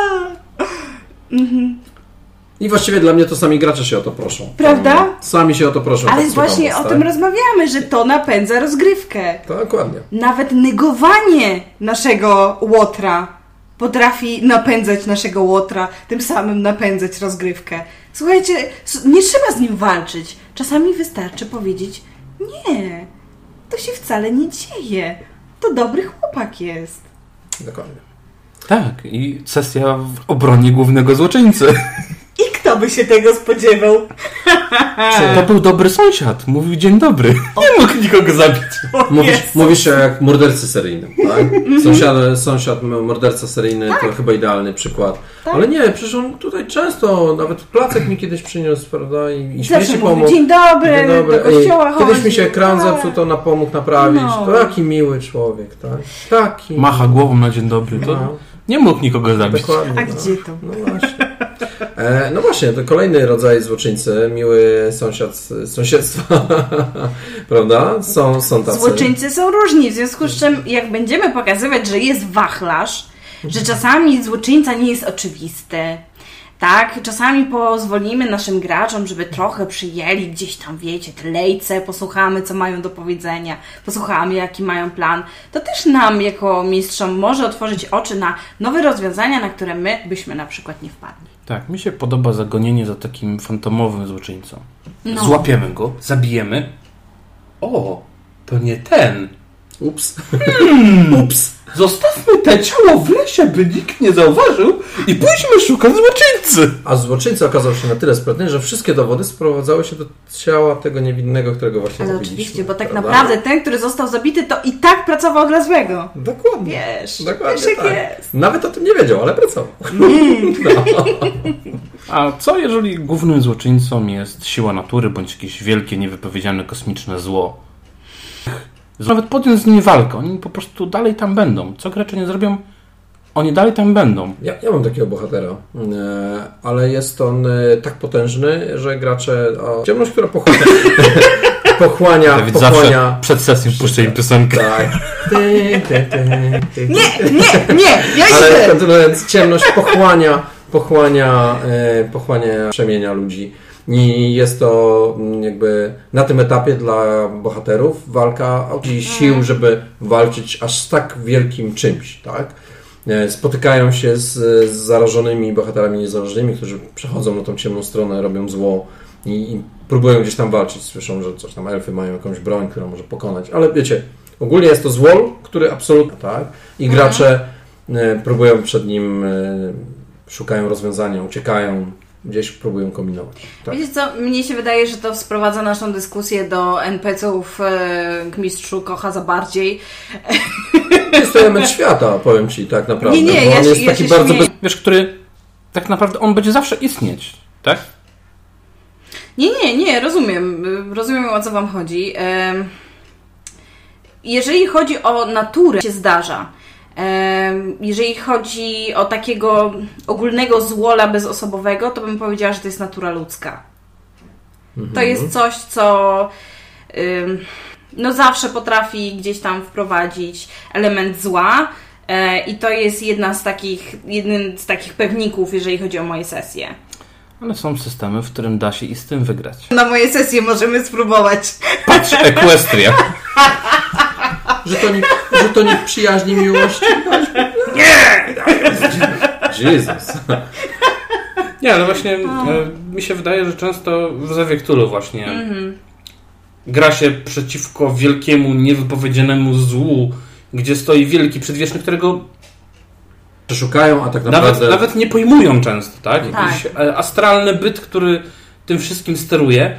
Speaker 1: I właściwie dla mnie to sami gracze się o to proszą.
Speaker 2: Prawda?
Speaker 1: Sami się o to proszą.
Speaker 2: Ale właśnie o tym rozmawiamy, że to napędza rozgrywkę.
Speaker 1: To dokładnie.
Speaker 2: Nawet negowanie naszego łotra potrafi napędzać naszego łotra, tym samym napędzać rozgrywkę. Słuchajcie, nie trzeba z nim walczyć. Czasami wystarczy powiedzieć nie, to się wcale nie dzieje. To dobry chłopak jest.
Speaker 1: Dokładnie.
Speaker 3: Tak, i sesja w obronie głównego złoczyńcy.
Speaker 2: I kto by się tego spodziewał?
Speaker 3: To był dobry sąsiad. Mówił dzień dobry. Nie mógł nikogo zabić.
Speaker 1: Mówisz się jak mordercy seryjnym, tak? Sąsiad morderca seryjny to chyba idealny przykład. Tak. Ale nie, przecież on tutaj często, nawet placek mi kiedyś przyniósł, prawda? I śmieci pomógł.
Speaker 2: Dzień dobry, do kościoła chodzi.
Speaker 1: Kiedyś mi się ekran zepsuł, to pomógł naprawić. To taki miły człowiek, tak? Taki.
Speaker 3: Macha głową na dzień dobry. To nie mógł nikogo zabić.
Speaker 2: A gdzie to?
Speaker 1: No właśnie, to kolejny rodzaj złoczyńcy, miły sąsiedztwa, prawda? Są tacy.
Speaker 2: Złoczyńcy są różni, w związku z czym jak będziemy pokazywać, że jest wachlarz, że czasami złoczyńca nie jest oczywisty, tak? Czasami pozwolimy naszym graczom, żeby trochę przyjęli gdzieś tam, wiecie, te lejce, posłuchamy, co mają do powiedzenia, posłuchamy, jaki mają plan. To też nam, jako mistrzom, może otworzyć oczy na nowe rozwiązania, na które my byśmy na przykład nie wpadli.
Speaker 3: Tak, mi się podoba zagonienie za takim fantomowym złoczyńcą. Złapiemy go, zabijemy. O, to nie ten.
Speaker 1: Ups.
Speaker 3: Ups. Zostawmy te ciało w lesie, by nikt nie zauważył i pójdźmy szukać złoczyńcy.
Speaker 1: A złoczyńca okazał się na tyle sprytny, że wszystkie dowody sprowadzały się do ciała tego niewinnego, którego właśnie
Speaker 2: Ale
Speaker 1: zabiliśmy.
Speaker 2: oczywiście, bo tak
Speaker 1: prawda?
Speaker 2: naprawdę ten, który został zabity, to i tak pracował dla złego.
Speaker 1: Dokładnie.
Speaker 2: Wiesz,
Speaker 1: Dokładnie
Speaker 2: jak
Speaker 1: tak.
Speaker 2: jest.
Speaker 1: Nawet o tym nie wiedział, ale pracował.
Speaker 3: A co jeżeli głównym złoczyńcą jest siła natury, bądź jakieś wielkie, niewypowiedziane kosmiczne zło? Nawet podjąć z nimi walkę, oni po prostu dalej tam będą. Co gracze nie zrobią, oni dalej tam będą.
Speaker 1: Ja mam takiego bohatera, ale jest on tak potężny, że gracze... Ciemność, która pochłania...
Speaker 3: Zawsze przed sesją puszczę im piosenkę.
Speaker 1: Tak.
Speaker 2: Nie, ja
Speaker 1: Ale
Speaker 2: idę.
Speaker 1: kontynuując, ciemność pochłania przemienia ludzi. I jest to jakby na tym etapie dla bohaterów walka o sił, żeby walczyć aż z tak wielkim czymś, tak? Spotykają się z zarażonymi bohaterami niezależnymi, którzy przechodzą na tą ciemną stronę, robią zło i próbują gdzieś tam walczyć. Słyszą, że coś tam elfy mają jakąś broń, która może pokonać. Ale wiecie, ogólnie jest to zło, który absolutnie, tak? I gracze próbują przed nim, szukają rozwiązania, uciekają, gdzieś próbują kombinować. Tak.
Speaker 2: Wiecie co, mnie się wydaje, że to sprowadza naszą dyskusję do NPC-ów Mistrzu kocha za bardziej.
Speaker 1: Jest to element świata, powiem Ci, tak naprawdę.
Speaker 2: Nie,
Speaker 1: bo on jest taki bardzo
Speaker 3: Wiesz, który tak naprawdę on będzie zawsze istnieć, tak?
Speaker 2: Nie, rozumiem, o co Wam chodzi. Jeżeli chodzi o naturę, się zdarza. Jeżeli chodzi o takiego ogólnego złola bezosobowego, to bym powiedziała, że to jest natura ludzka. To jest coś, co zawsze potrafi gdzieś tam wprowadzić element zła i to jest jeden z takich pewników, jeżeli chodzi o moje sesje.
Speaker 3: Ale są systemy, w którym da się i z tym wygrać.
Speaker 2: Na moje sesje możemy spróbować.
Speaker 3: Patrz, Equestria.
Speaker 1: Żetonik przyjaźni, miłości. Nie! Jezus.
Speaker 3: Nie, ale właśnie mi się wydaje, że często w Zewie Cthulhu właśnie gra się przeciwko wielkiemu, niewypowiedzianemu złu, gdzie stoi wielki przedwieczny, którego
Speaker 1: Przeszukają, a tak naprawdę...
Speaker 3: Nawet nie pojmują często, tak?
Speaker 2: Tak.
Speaker 3: Jakiś astralny byt, który tym wszystkim steruje.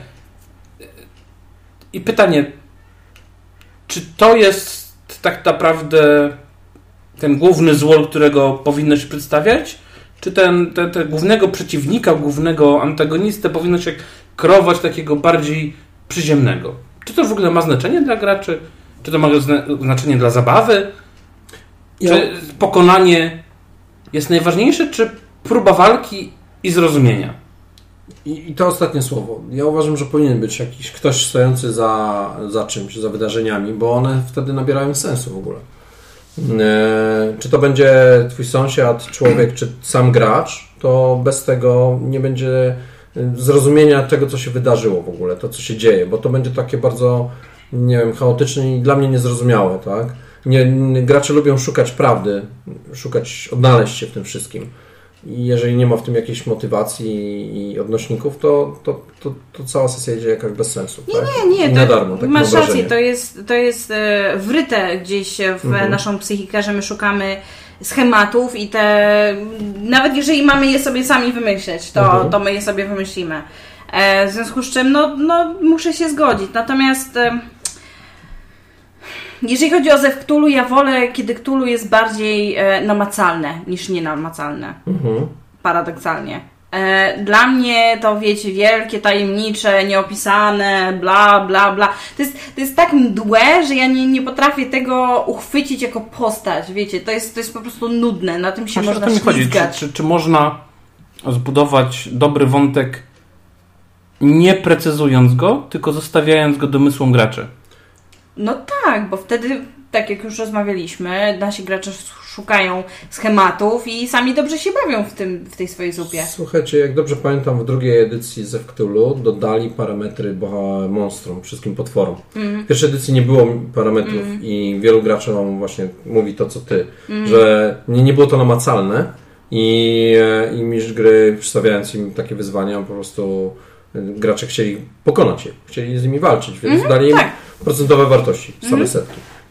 Speaker 3: I pytanie, czy to jest tak naprawdę ten główny zło, którego powinno się przedstawiać? Czy te głównego przeciwnika, głównego antagonistę powinno się kreować takiego bardziej przyziemnego? Czy to w ogóle ma znaczenie dla graczy? Czy to ma znaczenie dla zabawy? Czy pokonanie jest najważniejsze, czy próba walki i zrozumienia?
Speaker 1: I to ostatnie słowo. Ja uważam, że powinien być jakiś ktoś stojący za czymś, za wydarzeniami, bo one wtedy nabierają sensu w ogóle. Czy to będzie twój sąsiad, człowiek, czy sam gracz, to bez tego nie będzie zrozumienia tego, co się wydarzyło w ogóle, to, co się dzieje, bo to będzie takie bardzo, nie wiem, chaotyczne i dla mnie niezrozumiałe, tak? Gracze lubią szukać prawdy, odnaleźć się w tym wszystkim. I jeżeli nie ma w tym jakiejś motywacji i odnośników, to cała sesja idzie jakoś bez sensu.
Speaker 2: Nie,
Speaker 1: I na darmo. Tak
Speaker 2: masz rację, to jest wryte gdzieś w naszą psychikę, że my szukamy schematów i nawet jeżeli mamy je sobie sami wymyśleć, to my je sobie wymyślimy. W związku z czym muszę się zgodzić. Natomiast jeżeli chodzi o Zew Cthulhu, ja wolę, kiedy Cthulhu jest bardziej namacalne niż nienamacalne. Paradoksalnie. Dla mnie to, wiecie, wielkie, tajemnicze, nieopisane, bla, bla, bla. To jest tak mdłe, że ja nie potrafię tego uchwycić jako postać, wiecie. To jest po prostu nudne, na tym się można ślizgać.
Speaker 3: Czy można zbudować dobry wątek nie precyzując go, tylko zostawiając go domysłom graczy?
Speaker 2: No tak, bo wtedy, tak jak już rozmawialiśmy, nasi gracze szukają schematów i sami dobrze się bawią w tej swojej zupie.
Speaker 1: Słuchajcie, jak dobrze pamiętam, w drugiej edycji Zew Cthulhu dodali parametry monstrum, wszystkim potworom. W pierwszej edycji nie było parametrów i wielu graczy właśnie mówi to, co ty, że nie było to namacalne i mistrz gry, przedstawiając im takie wyzwania, po prostu gracze chcieli pokonać je, chcieli z nimi walczyć, więc dali im procentowe wartości, same setki.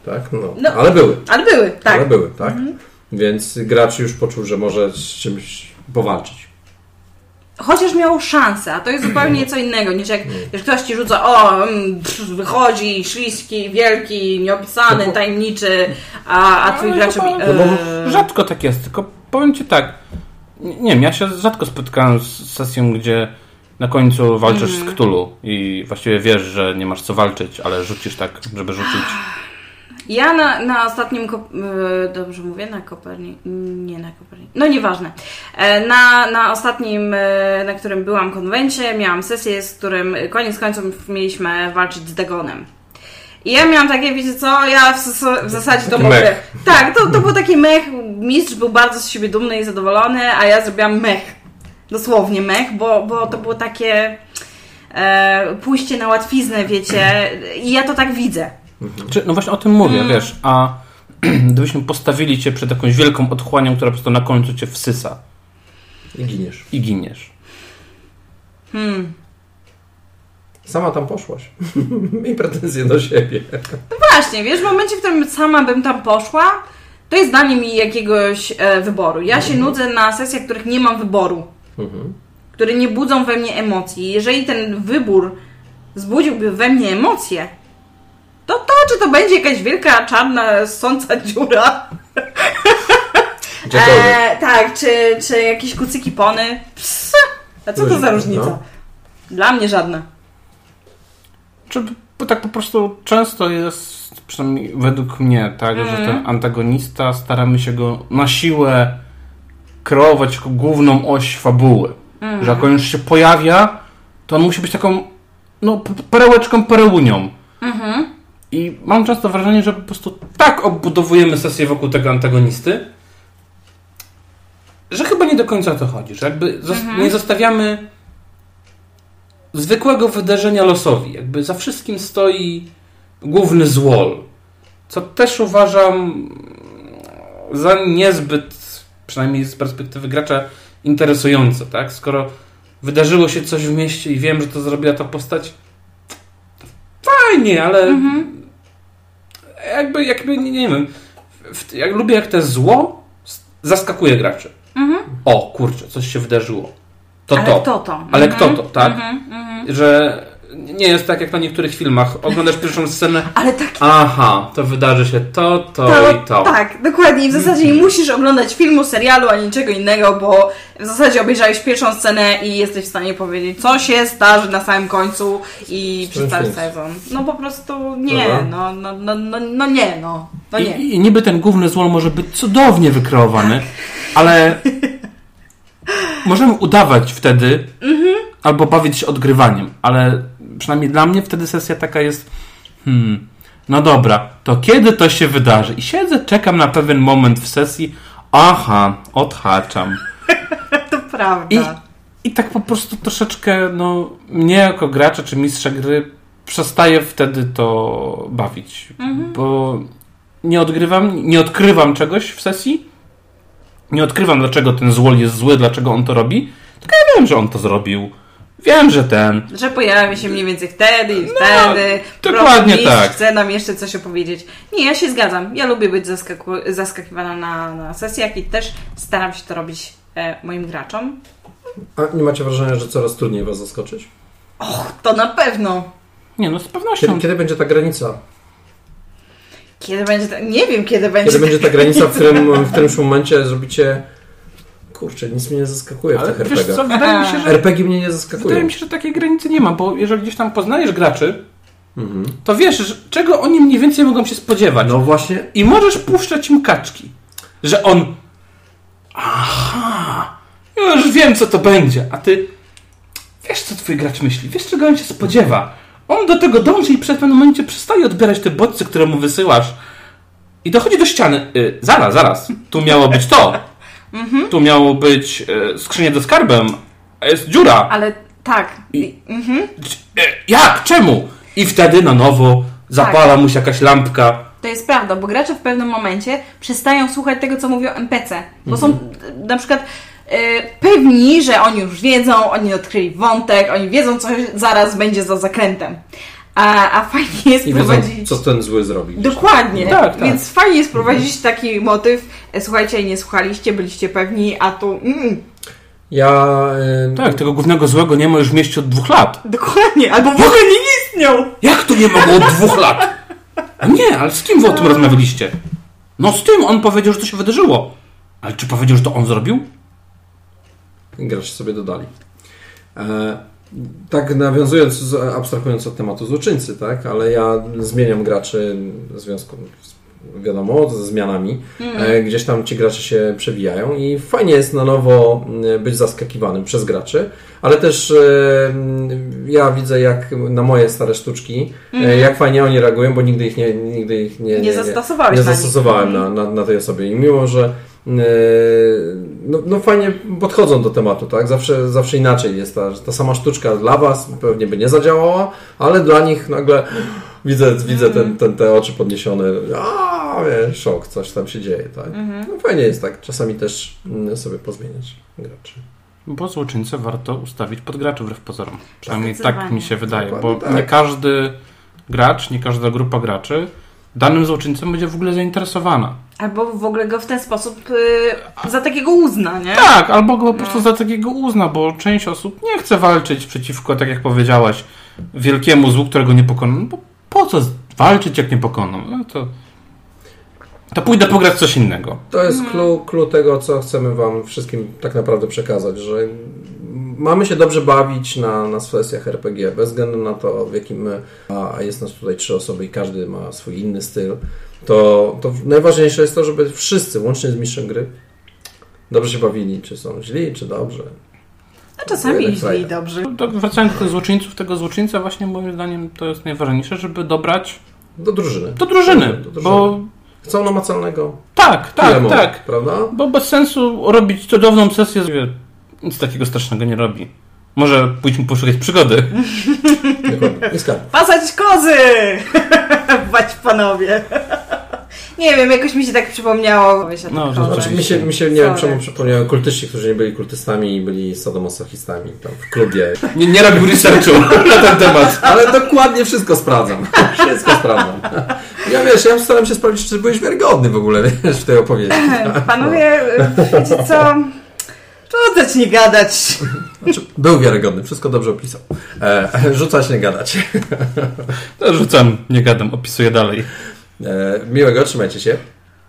Speaker 1: tak? No, ale były.
Speaker 2: Ale były, tak.
Speaker 1: Ale były, tak? Więc gracz już poczuł, że może z czymś powalczyć.
Speaker 2: Chociaż miał szansę, a to jest zupełnie co innego niż jak ktoś ci rzuca, wychodzi, śliski, wielki, nieopisany, tajemniczy, a twój gracz robi...
Speaker 3: Rzadko tak jest, tylko powiem ci tak, nie wiem, ja się rzadko spotkałem z sesją, gdzie na końcu walczysz z Cthulhu i właściwie wiesz, że nie masz co walczyć, ale rzucisz tak, żeby rzucić.
Speaker 2: Ja na ostatnim... dobrze mówię? Na Kopernik? Nie na Kopernik. No nieważne. Na ostatnim, na którym byłam konwencie, miałam sesję, z którym koniec końców mieliśmy walczyć z Dagonem. I ja miałam takie, wiecie co, ja w zasadzie to mogę... Tak, to był taki mech. Mistrz był bardzo z siebie dumny i zadowolony, a ja zrobiłam mech. Dosłownie mech, bo to było takie pójście na łatwiznę, wiecie. I ja to tak widzę.
Speaker 3: No właśnie o tym mówię, wiesz, a gdybyśmy postawili cię przed jakąś wielką otchłanią, która po prostu na końcu cię wsysa. I giniesz.
Speaker 1: Sama tam poszłaś. Miej pretensje do siebie.
Speaker 2: No właśnie, wiesz, w momencie, w którym sama bym tam poszła, to jest danie mi jakiegoś wyboru. Ja się nudzę na sesjach, których nie mam wyboru. Które nie budzą we mnie emocji. Jeżeli ten wybór wzbudziłby we mnie emocje, to czy to będzie jakaś wielka, czarna, ssąca dziura? Tak, czy jakieś kucyki pony? A co to za różnica? No. Dla mnie żadna.
Speaker 3: Bo tak po prostu często jest, przynajmniej według mnie, tak, że ten antagonista, staramy się go na siłę kreować jako główną oś fabuły. Że jak on już się pojawia, to on musi być taką perełeczką, perełunią. I mam często wrażenie, że po prostu tak obudowujemy sesję wokół tego antagonisty, że chyba nie do końca o to chodzi. Że jakby nie zostawiamy zwykłego wydarzenia losowi. Jakby za wszystkim stoi główny złol. Co też uważam za niezbyt, przynajmniej z perspektywy gracza, interesujące. Tak? Skoro wydarzyło się coś w mieście i wiem, że to zrobiła ta postać, fajnie, ale jakby nie wiem, lubię jak to zło zaskakuje graczy. O kurczę, coś się wydarzyło. Ale kto to, tak? Że nie jest tak jak na niektórych filmach. Oglądasz pierwszą scenę,
Speaker 2: ale tak.
Speaker 3: Aha, to wydarzy się to i to.
Speaker 2: Tak, dokładnie. I w zasadzie nie musisz oglądać filmu, serialu, ani niczego innego, bo w zasadzie obejrzałeś pierwszą scenę i jesteś w stanie powiedzieć, co się zdarzy na samym końcu i przez cały sezon. No po prostu nie, nie.
Speaker 3: I niby ten główny złol może być cudownie wykreowany, ale możemy udawać wtedy albo bawić się odgrywaniem, ale przynajmniej dla mnie wtedy sesja taka jest no dobra, to kiedy to się wydarzy? I siedzę, czekam na pewien moment w sesji, odhaczam.
Speaker 2: To prawda.
Speaker 3: I tak po prostu troszeczkę, mnie jako gracza czy mistrza gry przestaje wtedy to bawić, bo nie odkrywam czegoś w sesji, nie odkrywam, dlaczego ten złol jest zły, dlaczego on to robi, tylko ja wiem, że on to zrobił. Wiem, że
Speaker 2: pojawia się mniej więcej wtedy i wtedy.
Speaker 3: Dokładnie tak.
Speaker 2: Chce nam jeszcze coś opowiedzieć. Nie, ja się zgadzam. Ja lubię być zaskakiwana na sesjach i też staram się to robić moim graczom.
Speaker 1: A nie macie wrażenia, że coraz trudniej was zaskoczyć?
Speaker 2: To na pewno.
Speaker 3: Nie, z pewnością.
Speaker 1: Kiedy będzie ta granica?
Speaker 2: Nie wiem, kiedy będzie.
Speaker 1: Kiedy będzie ta granica, w którymś momencie zrobicie... Kurczę, nic mnie nie zaskakuje w tych RPG-ach.
Speaker 3: Co, wydaje mi się, że
Speaker 1: RPG mnie nie zaskakuje.
Speaker 3: Wydaje mi się, że takiej granicy nie ma, bo jeżeli gdzieś tam poznajesz graczy, to wiesz, czego oni mniej więcej mogą się spodziewać.
Speaker 1: No właśnie.
Speaker 3: I możesz puszczać im kaczki. Że on... ja już wiem, co to będzie. A ty wiesz, co twój gracz myśli. Wiesz, czego on się spodziewa. On do tego dąży i przed pewnym momencie przestaje odbierać te bodźce, które mu wysyłasz. I dochodzi do ściany. Zaraz. Tu miało być to. Tu miało być skrzynię ze skarbem, a jest dziura.
Speaker 2: Ale tak.
Speaker 3: Jak? Czemu? I wtedy na nowo zapala mu się jakaś lampka.
Speaker 2: To jest prawda, bo gracze w pewnym momencie przestają słuchać tego, co mówią NPC. Bo są na przykład pewni, że oni już wiedzą, oni odkryli wątek, oni wiedzą, co zaraz będzie za zakrętem. A fajnie jest
Speaker 1: I
Speaker 2: prowadzić...
Speaker 1: wiedzą, co ten zły zrobi.
Speaker 2: Dokładnie.
Speaker 3: Tak.
Speaker 2: Więc fajnie jest prowadzić taki motyw. Słuchajcie, nie słuchaliście, byliście pewni, a tu...
Speaker 3: Tak, tego głównego złego nie ma już w mieście od 2 lat.
Speaker 2: Dokładnie, albo w ogóle nie istniał.
Speaker 3: Jak to nie mogło od 2 lat? A nie, ale z kim wy o tym rozmawialiście? No z tym, on powiedział, że to się wydarzyło. Ale czy powiedział, że to on zrobił?
Speaker 1: Gracze sobie dodali. Tak nawiązując, abstrahując od tematu złoczyńcy, tak? Ale ja zmieniam graczy w związku, wiadomo, ze zmianami. Gdzieś tam ci gracze się przewijają i fajnie jest na nowo być zaskakiwanym przez graczy, ale też ja widzę jak na moje stare sztuczki, jak fajnie oni reagują, bo nigdy ich nie zastosowałem na tej osobie i mimo, że no fajnie podchodzą do tematu, tak? Zawsze inaczej jest ta sama sztuczka dla was pewnie by nie zadziałała, ale dla nich nagle widzę te oczy podniesione, szok, coś tam się dzieje, tak? No fajnie jest tak, czasami też sobie pozmieniać graczy.
Speaker 3: Bo złoczyńcę warto ustawić pod graczy wbrew pozorom. Przynajmniej tak mi się wydaje,
Speaker 1: dokładnie
Speaker 3: bo
Speaker 1: tak.
Speaker 3: nie każdy gracz, nie każda grupa graczy danym złoczyńcą będzie w ogóle zainteresowana.
Speaker 2: Albo w ogóle go w ten sposób za takiego uzna, nie?
Speaker 3: Tak, albo go po prostu za takiego uzna, bo część osób nie chce walczyć przeciwko, tak jak powiedziałaś, wielkiemu złu, którego nie pokonam. No bo po co walczyć, jak nie pokonam? No to pójdę pograć coś innego.
Speaker 1: To jest clue tego, co chcemy wam wszystkim tak naprawdę przekazać, że mamy się dobrze bawić na sesjach RPG, bez względu na to, w jakim a jest nas tutaj 3 osoby i każdy ma swój inny styl, to najważniejsze jest to, żeby wszyscy, łącznie z mistrzem gry, dobrze się bawili, czy są źli, czy dobrze.
Speaker 2: A czasami źli i dobrzy.
Speaker 3: Wracając do tych złoczyńców, tego złoczyńca właśnie moim zdaniem to jest najważniejsze, żeby dobrać
Speaker 1: do drużyny.
Speaker 3: Bo
Speaker 1: chcą namacalnego.
Speaker 3: Tak.
Speaker 1: Prawda?
Speaker 3: Bo bez sensu robić cudowną sesję, nic takiego strasznego nie robi. Może pójdźmy poszukać przygody.
Speaker 1: Dokładnie. Nie skarb.
Speaker 2: Pasać kozy! Bać panowie. Nie wiem, jakoś mi się tak przypomniało.
Speaker 1: Mi się nie wiem czemu przypomniały kultyści, którzy nie byli kultystami i byli sadomasochistami tam w klubie.
Speaker 3: Nie robił researchu na ten temat.
Speaker 1: Ale dokładnie wszystko sprawdzam. Ja staram się sprawdzić, czy byłeś wiarygodny w ogóle, w tej opowieści.
Speaker 2: Panowie, wiecie co? Rzucać, nie gadać.
Speaker 1: Znaczy, był wiarygodny, wszystko dobrze opisał. Rzucać, nie gadać.
Speaker 3: Rzucam, nie gadam, opisuję dalej.
Speaker 1: Miłego, trzymajcie się.